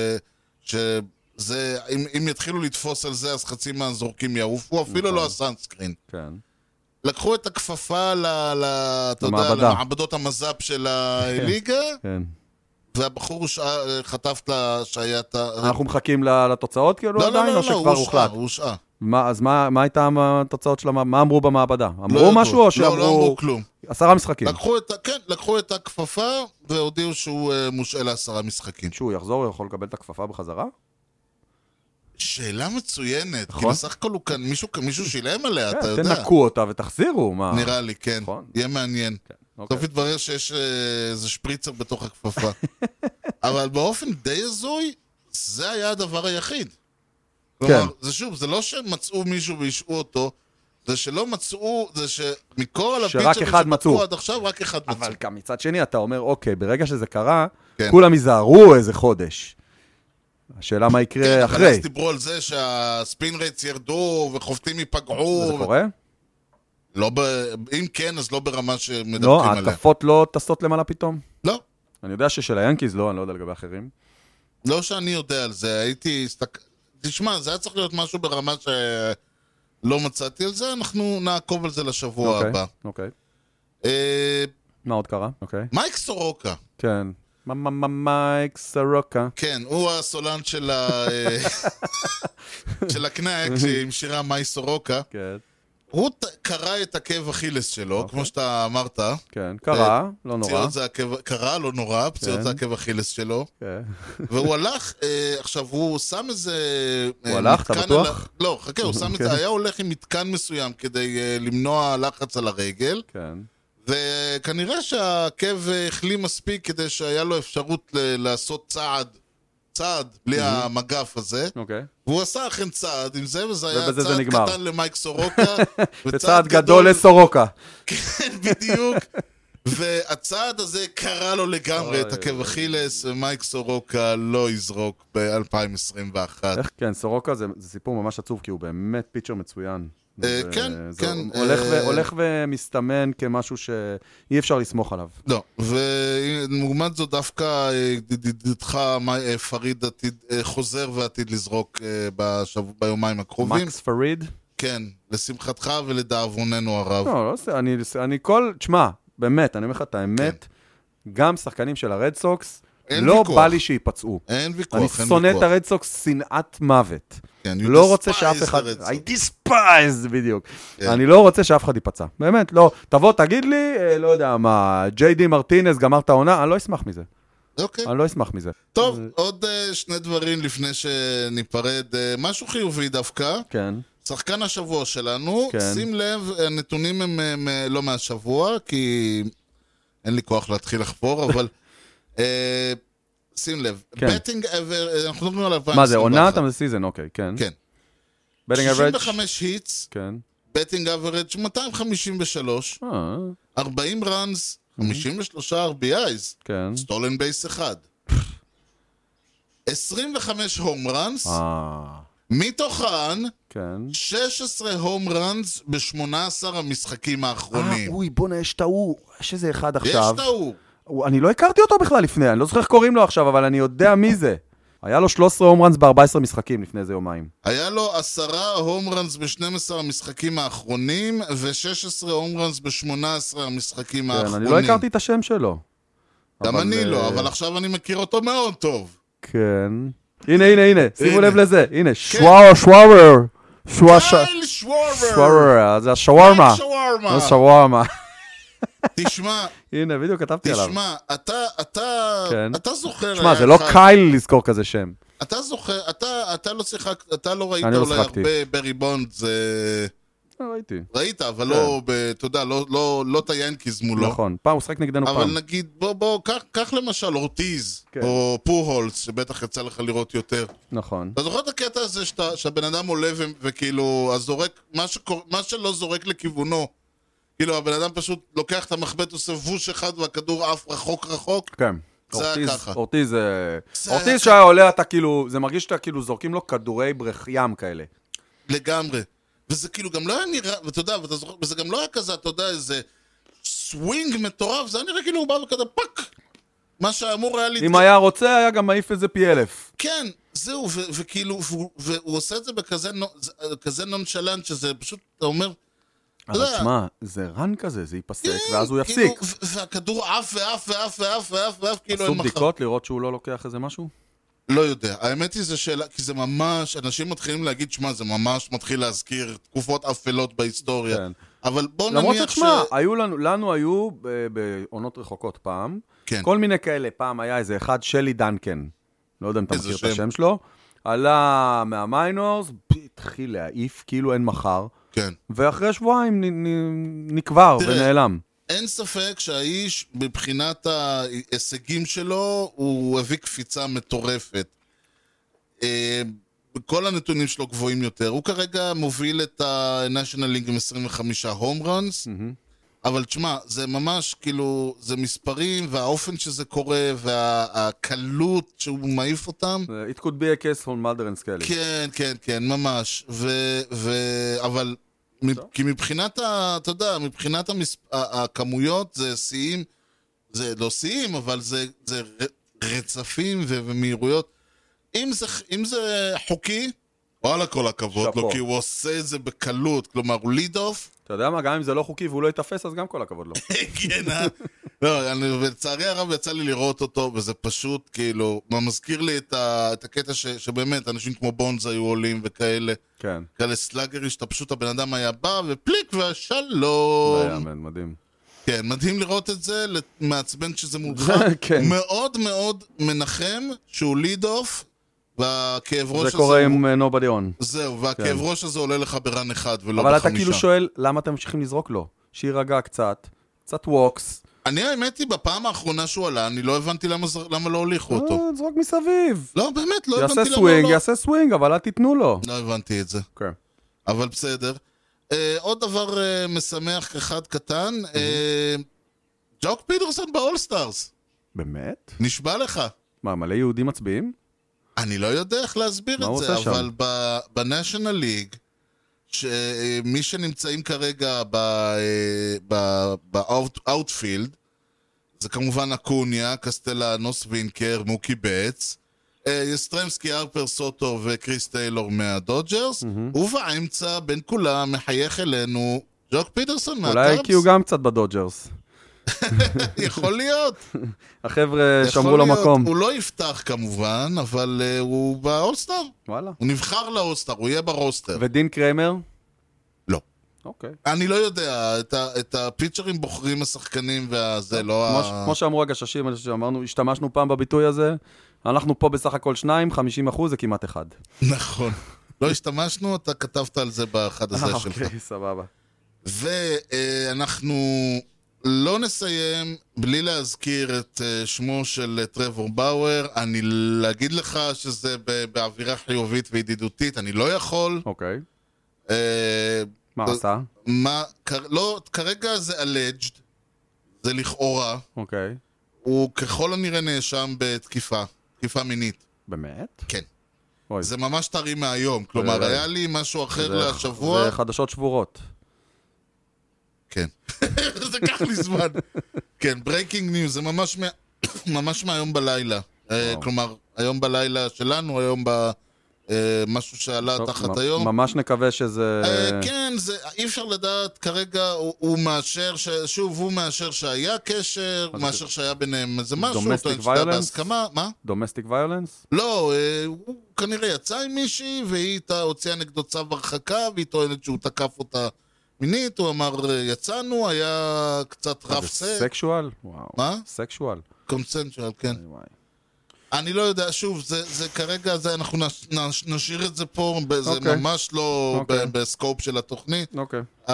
שזה, אם יתחילו לתפוס על זה, אז חצי מהזורקים יעופו, אפילו לא הסאנסקרין. כן. לקחו את הכפפה למעבדות המז"פ של הליגה, והבחור חטף להשעיית... אנחנו מחכים לתוצאות כאילו עדיין, או שכבר הוחלט? לא, לא, הוא הושעה. אז מה הייתה התוצאות של המעבדה? מה אמרו במעבדה? אמרו משהו או שאמרו... לא, לא אמרו כלום. עשרה משחקים. כן, לקחו את הכפפה והודיעו שהוא מושעה לעשרה משחקים. שהוא יחזור, הוא יכול לקבל את הכפפה בחזרה? שאלה מצוינת, כי בסך הכל הוא כאן, מישהו שילם עליה, אתה יודע. תנקו אותה ותחזירו, מה? נראה לי, כן. יהיה מעניין. טוב, התברר שיש איזה שפריצר בתוך הכפפה. אבל באופן די הזוי, זה היה הדבר היחיד. כלומר, זה שוב, זה לא שמצאו מישהו וישעו אותו, זה שלא מצאו, זה שמקור על הפיצ'ר שפתחו עד עכשיו, רק אחד מצאו. אבל גם מצד שני, אתה אומר, אוקיי, ברגע שזה קרה, כולם ייזהרו איזה חודש. השאלה מה יקרה אחרי. כן, אבל אז דיברו על זה שהספין רייטס ירדו וחופטים ייפגעו. זה קורה? לא ב... אם כן, אז לא ברמה שמדברים לא, עליה. לא, ההתקפות לא טסות למעלה פתאום? לא. אני יודע ששל היאנקיז לא, אני לא יודע לגבי אחרים. לא שאני יודע על זה, הייתי... תשמע, זה היה צריך להיות משהו ברמה שלא מצאתי על זה, אנחנו נעקוב על זה לשבוע אוקיי, הבא. אוקיי. אה... מה עוד קרה? אוקיי. מייק סורוקה. כן. מייק סורוקה. כן, הוא הסולן של ה... של הקנק, עם שירה מייק סורוקה. כן. הוא קרא את עקב אכילס שלו, כמו שאתה אמרת. כן, קרא, לא נורא. קרא, לא נורא, פציעות זה עקב אכילס שלו. והוא הלך, עכשיו הוא שם איזה... הוא הלך, אתה בטוח? לא, חכה, הוא שם את זה, היה הולך עם מתקן מסוים כדי למנוע לחץ על הרגל. כן. וכנראה שהעקב החלים מספיק כדי שהיה לו אפשרות לעשות צעד צעד, בלי המגף הזה. אוקיי. והוא עשה אכן צעד עם זה, וזה היה ובזה זה צעד נגמר. קטן למייק סורוקה. וצעד גדול לסורוקה. כן, בדיוק. והצעד הזה קרה לו לגמרי את עקב אכילס, ומייק סורוקה לא יזרוק ב-אלפיים עשרים ואחת. איך כן, סורוקה זה זה סיפור ממש עצוב, כי הוא באמת פיצ'ר מצוין. אה, זה- כן, זה כן, הולך ו- אה, הולך ומסתמן כמשהו שאי אפשר לסמוך עליו. לא, ולעומת זאת דווקא ידידך אה, פריד עתיד, אה, חוזר ועתיד לזרוק אה, בשב- ביומיים הקרובים. מקס פריד? כן, לשמחתך ולדאבוננו הרב. לא, לא עושה, אני, אני כל, תשמע, באמת, אני אומר לך את האמת, גם שחקנים של הרד סוקס, אין לא ויכוח. בא לי שיפצעו. אין ויכוח, אני אין ויכוח. שונא את הרד סוקס שנאת מוות. כן, you לא רוצה despise שאף the אחד... Red Sox. I despise, בדיוק. כן. אני לא רוצה שאף אחד ייפצע. באמת, לא. תבוא, תגיד לי, אה, לא יודע מה, ג'יי די מרטינס גמר את העונה, אני לא אשמח מזה. אוקיי. אני לא אשמח מזה. טוב, עוד אה, שני דברים לפני שניפרד. אה, משהו חיובי דווקא. כן. שחקן השבוע שלנו, כן. שים לב, הנתונים הם, הם אה, לא מהשבוע, כי אין לי כוח להתחיל לחפור, אבל אה, שים לב. כן. בטינג אבר, אנחנו מדברים על אלפיים עשרים ואחת. מה זה, עונת או סיזן? אוקיי, כן. כן. בטינג שישים אברג'? וחמש היטס, כן. בטינג אברג' מאתיים חמישים ושלוש, אה, ארבעים ראנס, חמישים ושלושה אר בי איז, כן. סטולן בייס אחד. עשרים וחמש הום ראנס, אה, מתוכן כן. שש עשרה הום ראנס ב-שמונה עשר המשחקים אה, האחרונים. אוי, בוא'נה, יש את ההוא. יש איזה אחד יש עכשיו. את ההוא. הוא- אני לא הכרתי אותו בכלל לפני, אני לא זוכר איך קוראים לו עכשיו, אבל אני יודע מי זה. היה לו שלושה עשר הום ראנס ב-ארבעה עשר משחקים לפני איזה יומיים. היה לו עשרה הום ראנס ב-שנים עשר המשחקים האחרונים, ו-שש עשרה הום ראנס ב-שמונה עשר המשחקים כן, האחרונים. אני לא הכרתי את השם שלו. גם אבל, אני אה, לא, אבל עכשיו אני מכיר אותו מאוד טוב. כן. הנה, הנה, הנה, שימו הנה. לב לזה. הנה, שוואר, שוואר. שוואר, קייל שוואבר! שוואר, זה השווארמה. קייל שווארמה! זה שווארמה. תשמע, הנה, בדיוק כתבתי עליו. תשמע, אתה, אתה, כן. אתה זוכר... תשמע, היה זה לא אחד- קייל לזכור כזה שם. אתה זוכר, אתה, אתה לא שיחק, אתה לא ראית אני לא אולי שיחקתי. הרבה ברי בונד, זה... לא ראיתי. ראית, אבל לא, ב- אתה יודע, לא, לא, לא את היאנקיז מולו. נכון, פעם הוא שחק נגדנו אבל פעם. נגיד, בוא, בוא, קח, קח למשל אורטיז, כן. או פוהולס, שבטח יצא לך לראות יותר. נכון. אתה זוכר את הקטע הזה שאתה, שהבן אדם עולה ו- וכאילו, הזורק, מה, שקור, מה שלא זורק לכיוונו, כאילו הבן אדם פשוט לוקח את המחבט, עושה ווש אחד והכדור עף רחוק רחוק. כן. זה היה אורטיז- ככה. אורטיז זה... זה היה אורטיז ככה. שהיה עולה, אתה כאילו... זה מרגיש שאתה כאילו זורקים לו כדורי בריך ים כאלה. לגמרי. וזה כאילו גם לא היה נראה, ואתה יודע, ואתה זוכר, וזה גם לא היה כזה, אתה יודע, איזה סווינג מטורף, זה היה נראה כאילו הוא בא וכזה פאק! מה שאמור היה להתקדם. אם היה רוצה, היה גם מעיף את זה פי אלף. כן, זהו, ו- וכאילו, והוא- והוא עושה את זה בכזה נו- זה- כזה נונשלנט, שזה פשוט, אתה אומר, אתה אבל יודע, תשמע, זה רן כזה, זה ייפסק, כן, ואז הוא כאילו, יפסיק. ו- והכדור עף ועף ועף ועף ועף ועף, כאילו עשו אין מחר. בדיקות לראות שהוא לא לוקח איזה משהו? לא יודע, האמת היא זו שאלה, כי זה ממש, אנשים מתחילים להגיד, שמע, זה ממש מתחיל להזכיר תקופות אפלות בהיסטוריה. כן. אבל בוא למרות נניח ש... שתשמע, היו לנו, לנו היו ב- בעונות רחוקות פעם, כן. כל מיני כאלה, פעם היה איזה אחד, שלי דנקן, לא יודע אם אתה איזה מכיר את שם? השם שלו, עלה מהמיינורס, התחיל להעיף, כאילו אין מחר, כן. ואחרי שבועיים נ- נ- נקבר תראה, ונעלם. אין ספק שהאיש, מבחינת ההישגים שלו, הוא הביא קפיצה מטורפת. אה, כל הנתונים שלו גבוהים יותר. הוא כרגע מוביל את ה-National League עם עשרים וחמישה הום ראנס, אבל תשמע, זה ממש כאילו, זה מספרים, והאופן שזה קורה, והקלות שהוא מעיף אותם. It could be a case on mother and Skelly. כן, כן, כן, ממש. ו... ו... אבל... מב- כי מבחינת ה... אתה יודע, מבחינת המס... ה- הכמויות זה שיאים, זה לא שיאים, אבל זה, זה ר... רצפים ו... ומהירויות. אם זה, אם זה חוקי, וואלה כל הכבוד שפו. לו, כי הוא עושה את זה בקלות. כלומר, הוא ליד אוף. אתה יודע מה, גם אם זה לא חוקי והוא לא יתפס, אז גם כל הכבוד לו. כן, אה? לא, אני, ולצערי הרב יצא לי לראות אותו, וזה פשוט, כאילו, מה מזכיר לי את, ה, את הקטע ש, שבאמת, אנשים כמו בונז היו עולים וכאלה, כן, כאלה סלאגרי, שאתה פשוט, הבן אדם היה בא, ופליק זה והשלום. היה מדהים. כן, מדהים לראות את זה, מעצבן שזה מולך. כן. מאוד מאוד מנחם שהוא ליד אוף, והכאב ראש הזה... זה קורה הוא- עם uh, nobody on. זהו, והכאב כן. ראש הזה עולה לך ברן אחד ולא אבל בחמישה. אתה כאילו שואל, למה אתם ממשיכים לזרוק לו? שיירגע קצת, קצת ווקס, אני האמת היא, בפעם האחרונה שהוא עלה, אני לא הבנתי למה, למה לא הוליכו אותו. אה, זרוק מסביב. לא, באמת, לא יעשה הבנתי למה סווינג, לא. יעשה סווינג, אבל אל תיתנו לו. לא הבנתי את זה. כן. אבל בסדר. אה, עוד דבר אה, משמח אחד קטן, אה, ג'וק פיטרסון באולסטארס. באמת? נשבע לך. מה, מלא יהודים מצביעים? אני לא יודע איך להסביר מה את הוא זה, עושה שם? אבל בנשיונל ליג, שמי שנמצאים כרגע באוטפילד, זה כמובן אקוניה, קסטלנוס, וינקר, מוקי בץ, יסטרמסקי, ארפר סוטו וקריס טיילור מהדודג'רס, ובאמצע, בין כולם, מחייך אלינו ג'וק פיטרסון מהקאבס. אולי כי הוא גם קצת בדודג'רס. יכול להיות. החבר'ה שמרו יכול לו להיות. מקום. הוא לא יפתח כמובן, אבל uh, הוא באולסטאר. וואלה. הוא נבחר לאולסטאר, הוא יהיה ברוסטר. ודין קריימר? לא. אוקיי. אני לא יודע, את, ה, את הפיצ'רים בוחרים השחקנים והזה לא כמו, ה... כמו שאמרו הגששים, שאמרנו, השתמשנו פעם בביטוי הזה, אנחנו פה בסך הכל שניים, חמישים אחוז זה כמעט אחד. נכון. לא השתמשנו, אתה כתבת על זה באחד הזה שלך. אוקיי, סבבה. ואנחנו לא נסיים בלי להזכיר את uh, שמו של uh, טרוור באואר. אני להגיד לך שזה באווירה חיובית וידידותית, אני לא יכול. אוקיי. Uh, מה עשה? מה, לא, כרגע זה alleged, זה לכאורה. אוקיי. הוא ככל הנראה נאשם בתקיפה, תקיפה מינית. באמת? כן. אוי. זה ממש טרי מהיום, כלומר, זה- היה לי משהו אחר זה- לשבוע. זה חדשות שבורות. כן. זה לקח לי זמן. כן, ברייקינג ניוז, זה ממש מה- ממש מהיום בלילה. אה, כלומר, היום בלילה שלנו, היום ב... אה, משהו שעלה טוב, תחת מ- היום. ממש נקווה שזה... אה, כן, זה, אי אפשר לדעת, כרגע הוא, הוא מאשר, ש, שוב, הוא מאשר שהיה קשר, הוא אז מאשר שהיה ביניהם איזה משהו, Domestic טוען שזה היה violence? בהסכמה, מה? דומסטיק ויולנס? לא, אה, הוא כנראה יצא עם מישהי, והיא איתה הוציאה נגדו צו הרחקה, והיא טוענת שהוא תקף אותה מינית, הוא אמר, אה, יצאנו, היה קצת רף סק, סקשואל? וואו. מה? סקשואל. קונסנטואל, כן. וואי, וואי. אני לא יודע, שוב, זה, זה כרגע, זה, אנחנו נש, נש, נשאיר את זה פה, זה אוקיי. ממש לא אוקיי. ב- בסקופ של התוכנית. אוקיי. Uh,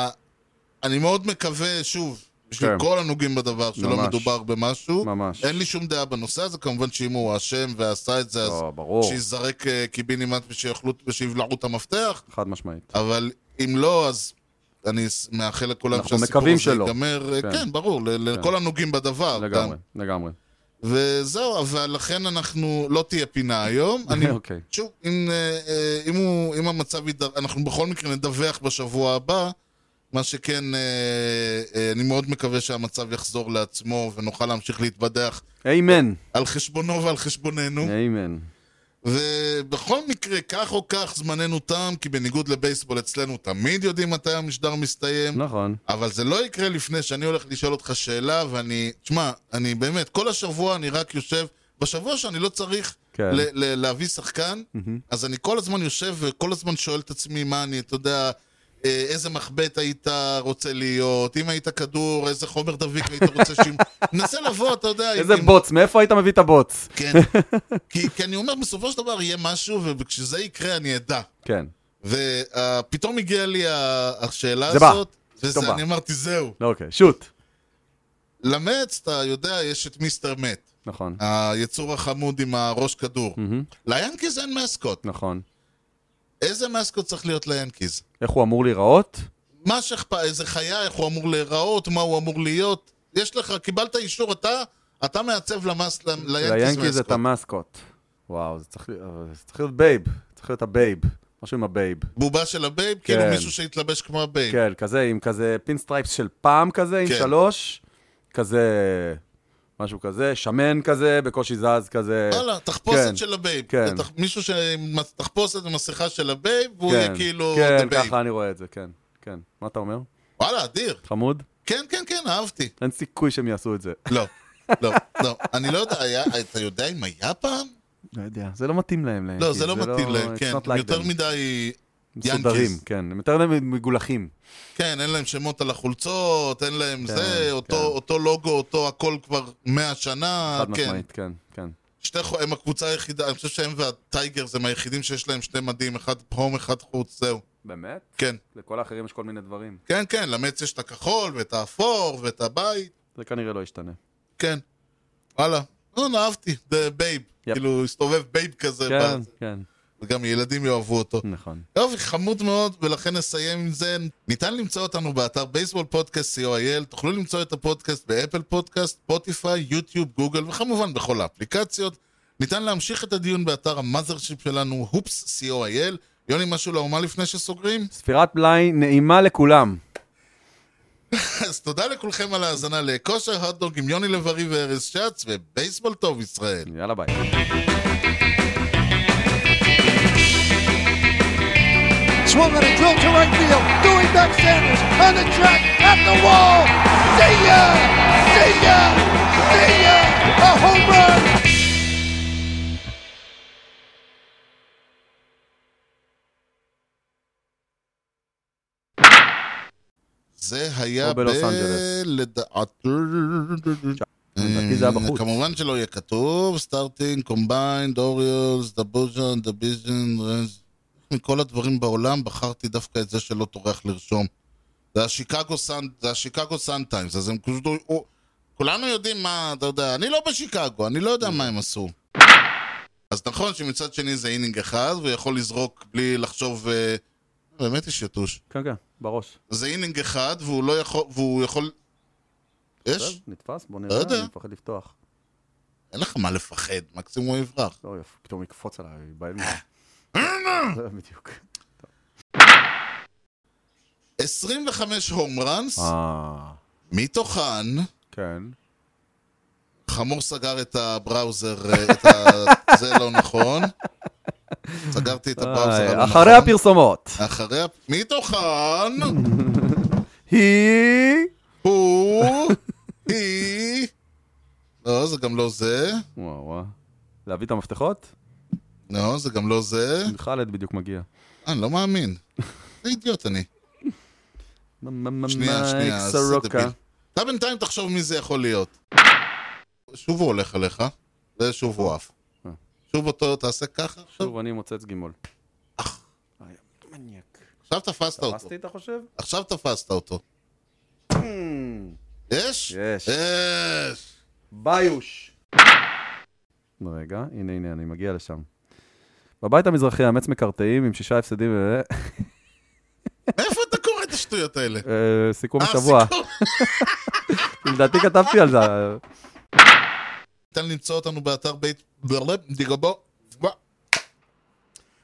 אני מאוד מקווה, שוב, בשביל כן. כל הנוגעים בדבר, שלא ממש. מדובר במשהו. ממש. אין לי שום דעה בנושא הזה, כמובן שאם הוא אשם ועשה את זה, אז לא, ברור. שיזרק uh, קיבינימט ושיאכלו ושיבלעו את המפתח, חד משמעית. אבל אם לא, אז אני ס- מאחל לכולם אנחנו שהסיפור מקווים הזה שלא. ייגמר. כן. כן, ברור, ל- לכל הנוגעים בדבר. לגמרי, גם. לגמרי. וזהו, אבל לכן אנחנו, לא תהיה פינה היום. אני, אוקיי. שוב, אם, אה, אה, אם, הוא, אם המצב ידר... אנחנו בכל מקרה נדווח בשבוע הבא, מה שכן, אה, אה, אני מאוד מקווה שהמצב יחזור לעצמו, ונוכל להמשיך להתבדח איימן. על חשבונו ועל חשבוננו. איימן. ובכל מקרה, כך או כך, זמננו תם, כי בניגוד לבייסבול אצלנו תמיד יודעים מתי המשדר מסתיים. נכון. אבל זה לא יקרה לפני שאני הולך לשאול אותך שאלה, ואני, תשמע, אני באמת, כל השבוע אני רק יושב, בשבוע שאני לא צריך כן. ל- ל- להביא שחקן, אז אני כל הזמן יושב וכל הזמן שואל את עצמי מה אני, אתה יודע, אה, איזה מחבט היית רוצה להיות, אם היית כדור, איזה חומר דביק היית רוצה שימ... ננסה לבוא, אתה יודע, איזה עם- בוץ, מאיפה היית מביא את הבוץ? כן, כי, כי אני אומר, בסופו של דבר יהיה משהו, וכשזה יקרה אני אדע. כן. ופתאום הגיעה לי ה- השאלה זה בא. הזאת, פתאום וזה, בא. אני אמרתי, זהו. לא, אוקיי, שוט. למץ, אתה יודע, יש את מיסטר מט, נכון, היצור החמוד עם הראש כדור. ליאנקיז אין מסקוט. נכון. איזה מסקוט צריך להיות ליאנקיז? איך הוא אמור להיראות? מה שאכפת, איזה חיה, איך הוא אמור להיראות, מה הוא אמור להיות? יש לך, קיבלת אישור, אתה, אתה מעצב למס, ליאנקיז ליאנקיז מסקוט. את המסקוט. וואו, זה צריך להיות- זה צריך להיות בייב. צריך להיות הבייב. משהו עם הבייב. בובה של הבייב, כאילו כן. מישהו שהתלבש כמו הבייב. כן, כזה, עם כזה פינסטרייפס של פעם כזה, עם כן. שלוש. כזה, משהו כזה, שמן כזה, בקושי זז כזה. וואלה, תחפושת כן, של הבייב. כן. תח- מישהו שתחפושת ומסכה של הבייב, והוא כן, יהיה כאילו כן, the babe. ככה אני רואה את זה, כן. כן. מה אתה אומר? וואלה, אדיר. חמוד? כן, כן, כן, אהבתי. אין סיכוי שהם יעשו את זה. לא, לא, לא. אני לא יודע, היה- אתה יודע אם היה פעם? לא יודע, זה לא מתאים להם. לא, ליאנקיז, זה לא מתאים להם, it's כן. not הם like יותר them. מדי מסודרים, ינקיז. כן. הם יותר מגולחים. כן, אין להם שמות על החולצות, אין להם כן, זה, כן. אותו, אותו לוגו, אותו הכל כבר מאה שנה. חד כן. משמעית, כן, כן. שתי, חו- הם הקבוצה היחידה, אני חושב שהם והטייגרס הם היחידים שיש להם שני מדים, אחד הום, אחד חוץ, זהו. באמת? כן. לכל האחרים יש כל מיני דברים. כן, כן, למץ יש את הכחול ואת האפור ואת הבית. זה כנראה לא ישתנה. כן. וואלה. לא, אהבתי. The Babe. כאילו, הסתובב בייב כזה. כן, כן. וגם ילדים יאהבו אותו. נכון. יופי, חמוד מאוד, ולכן נסיים עם זה. ניתן למצוא אותנו באתר בייסבול פודקאסט סי או איי אל, תוכלו למצוא את הפודקאסט באפל פודקאסט, ספוטיפיי, יוטיוב, גוגל, וכמובן בכל האפליקציות. ניתן להמשיך את הדיון באתר המאזרשיפ שלנו, הופס סי או איי אל. יוני, משהו לאומה לפני שסוגרים? ספירת בלאי נעימה לכולם. אז תודה לכולכם על ההאזנה לכושר הוטדוג עם יוני לב-ארי וארז שץ, ובייסבול טוב ישראל. יאללה ביי. Swung on a drill to right field. Doing back Sanders on the track at the wall. See ya! See ya! See ya! A home run! זה היה או בלוס אנג'לס. לדעתי... לדעתי זה היה בחוץ. כמובן שלא יהיה כתוב, סטארטינג, קומביינד, אוריולס, דבוז'ן, דביז'ן, מכל הדברים בעולם בחרתי דווקא את זה שלא טורח לרשום. זה השיקגו סאן, זה השיקגו סאן טיימס, אז הם כזו, כולנו יודעים מה, אתה יודע, אני לא בשיקגו, אני לא יודע מה הם עשו. אז נכון שמצד שני זה אינינג אחד, והוא יכול לזרוק בלי לחשוב, באמת יש יתוש. כן, כן, בראש. זה אינינג אחד, והוא לא יכול, והוא יכול... יש? נתפס, בוא לא נראה, יודע. אני מפחד לפתוח. אין לך מה לפחד, מקסימום הוא יברח. לא, יפה, פתאום יקפוץ עליי, בעל מי. זה בדיוק. עשרים וחמש הום ראנס, אה, מתוכן, כן. חמור סגר את הבראוזר, את ה... זה לא נכון. סגרתי את הבראוזר הלא נכון. אחרי הפרסומות. אחרי הפ... מתוכן, היא... הוא, היא... לא, זה גם לא זה. וואו, וואו. להביא את המפתחות? לא, זה גם לא זה. חלד בדיוק מגיע. אני לא מאמין. זה אידיוט אני. שנייה, שנייה. אז זה דביל. אתה בינתיים תחשוב מי זה יכול להיות. שוב הוא הולך עליך, ושוב הוא עף. שוב אותו תעשה ככה. שוב אני מוצץ גימול. מניאק. עכשיו תפסת אותו. תפסתי, אתה חושב? עכשיו תפסת אותו. יש? יש. יש. ביוש. רגע, הנה, הנה, אני מגיע לשם. בבית המזרחי, האמץ מקרטעים עם שישה הפסדים ו... מאיפה אתה קורא את השטויות האלה? סיכום השבוע. לדעתי כתבתי על זה. ניתן למצוא אותנו באתר בית... דיגבו.